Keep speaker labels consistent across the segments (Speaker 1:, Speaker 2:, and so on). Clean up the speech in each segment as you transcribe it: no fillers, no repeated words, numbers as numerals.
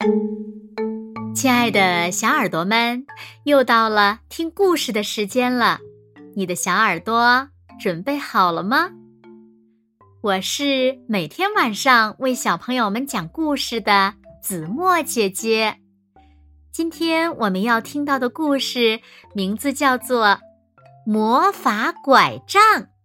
Speaker 1: 亲爱的小耳朵们，又到了听故事的时间了，你的小耳朵准备好了吗？我是每天晚上为小朋友们讲故事的子墨姐姐。今天我们要听到的故事名字叫做《魔法拐杖》。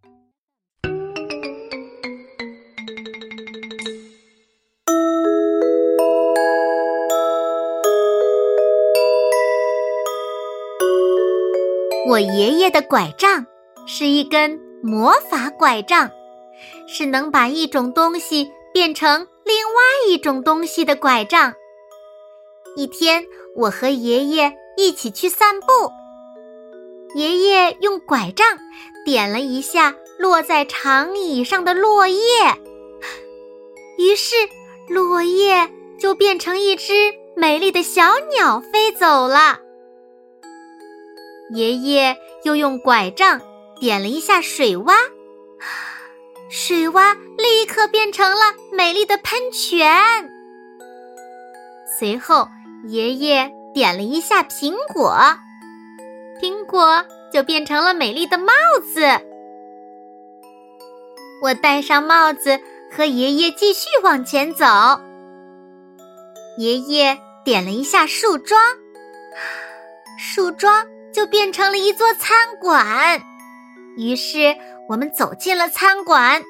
Speaker 1: 我爷爷的拐杖是一根魔法拐杖，是能把一种东西变成另外一种东西的拐杖。一天，我和爷爷一起去散步，爷爷用拐杖点了一下落在长椅上的落叶，于是落叶就变成一只美丽的小鸟飞走了。爷爷又用拐杖点了一下水洼，水洼立刻变成了美丽的喷泉。随后爷爷点了一下苹果，苹果就变成了美丽的帽子。我戴上帽子和爷爷继续往前走，爷爷点了一下树桩，树桩就变成了一座餐馆，于是我们走进了餐馆。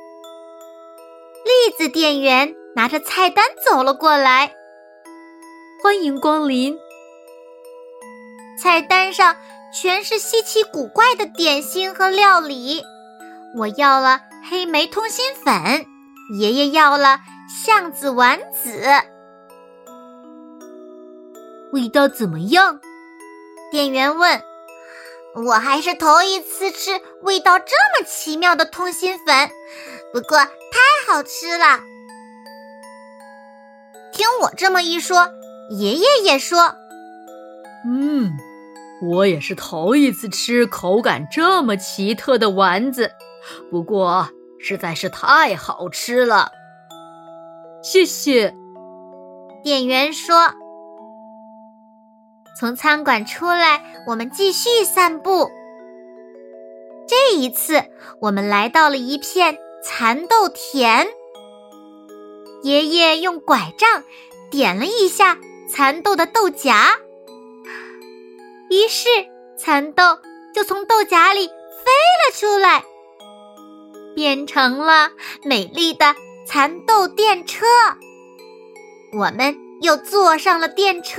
Speaker 1: 栗子店员拿着菜单走了过来，欢迎光临。菜单上全是稀奇古怪的点心和料理，我要了黑莓通心粉，爷爷要了橡子丸子。味道怎么样？店员问。我还是头一次吃味道这么奇妙的通心粉，不过太好吃了。听我这么一说，爷爷也说，
Speaker 2: 我也是头一次吃口感这么奇特的丸子，不过实在是太好吃了。谢谢。
Speaker 1: 店员说。从餐馆出来，我们继续散步。这一次，我们来到了一片蚕豆田。爷爷用拐杖点了一下蚕豆的豆荚，于是蚕豆就从豆荚里飞了出来，变成了美丽的蚕豆电车。我们又坐上了电车。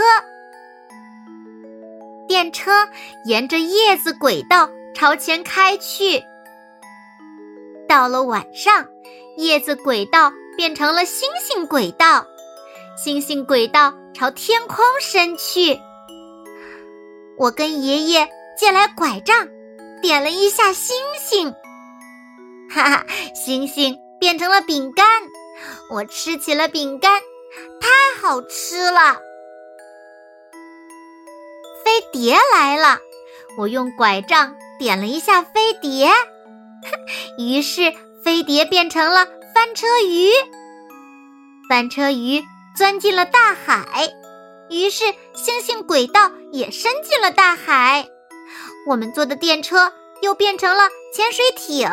Speaker 1: 电车沿着叶子轨道朝前开去。到了晚上，叶子轨道变成了星星轨道，星星轨道朝天空伸去。我跟爷爷借来拐杖，点了一下星星，哈哈，星星变成了饼干，我吃起了饼干，太好吃了。飞碟来了，我用拐杖点了一下飞碟，于是飞碟变成了翻车鱼。翻车鱼钻进了大海，于是星星轨道也伸进了大海。我们坐的电车又变成了潜水艇。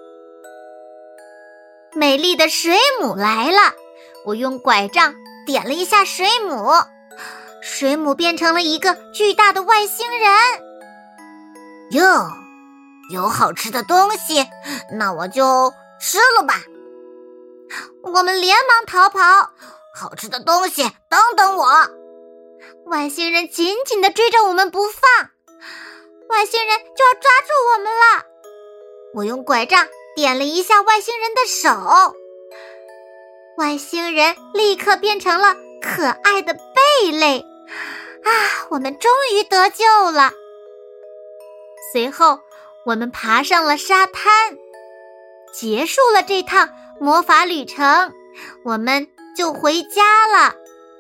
Speaker 1: 美丽的水母来了，我用拐杖点了一下水母，水母变成了一个巨大的外星人。哟，有好吃的东西，那我就吃了吧。我们连忙逃跑，好吃的东西，等等我。外星人紧紧地追着我们不放，外星人就要抓住我们了。我用拐杖点了一下外星人的手，外星人立刻变成了可爱的贝类。我们终于得救了。随后我们爬上了沙滩，结束了这趟魔法旅程，我们就回家了。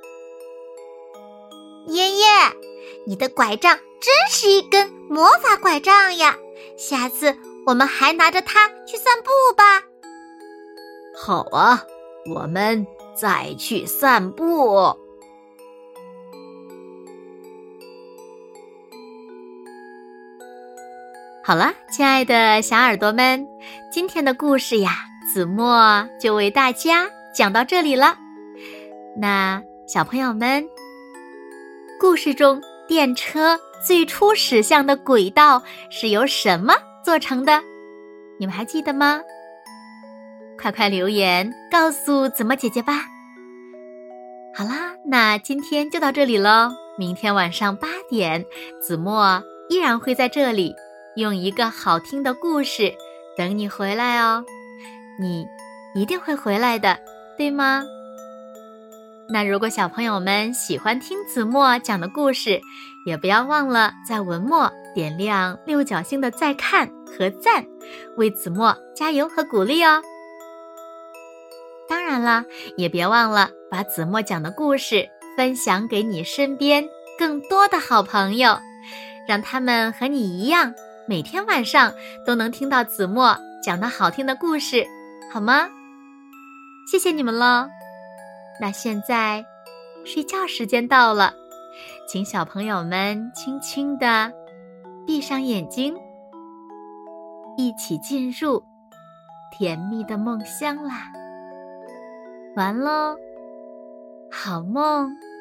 Speaker 1: 爷爷，你的拐杖真是一根魔法拐杖呀，下次我们还拿着它去散步吧。
Speaker 2: 好啊，我们再去散步。 好了，亲爱的小耳朵们，今天的故事呀，子墨就为大家讲到这里了。那小朋友们，故事中电车最初驶向的轨道是由什么做成的？你们还记得吗？快快留言告诉子墨姐姐吧。好啦，那今天就到这里咯。明天晚上8点，子墨依然会在这里用一个好听的故事等你回来哦。你一定会回来的，对吗？那如果小朋友们喜欢听子墨讲的故事，也不要忘了在文末点亮6角星的再看和赞，为子墨加油和鼓励哦。当然了，也别忘了把子墨讲的故事分享给你身边更多的好朋友，让他们和你一样，每天晚上都能听到子墨讲的好听的故事，好吗？谢谢你们咯。那现在睡觉时间到了，请小朋友们轻轻地闭上眼睛，一起进入甜蜜的梦乡啦。完咯，好梦。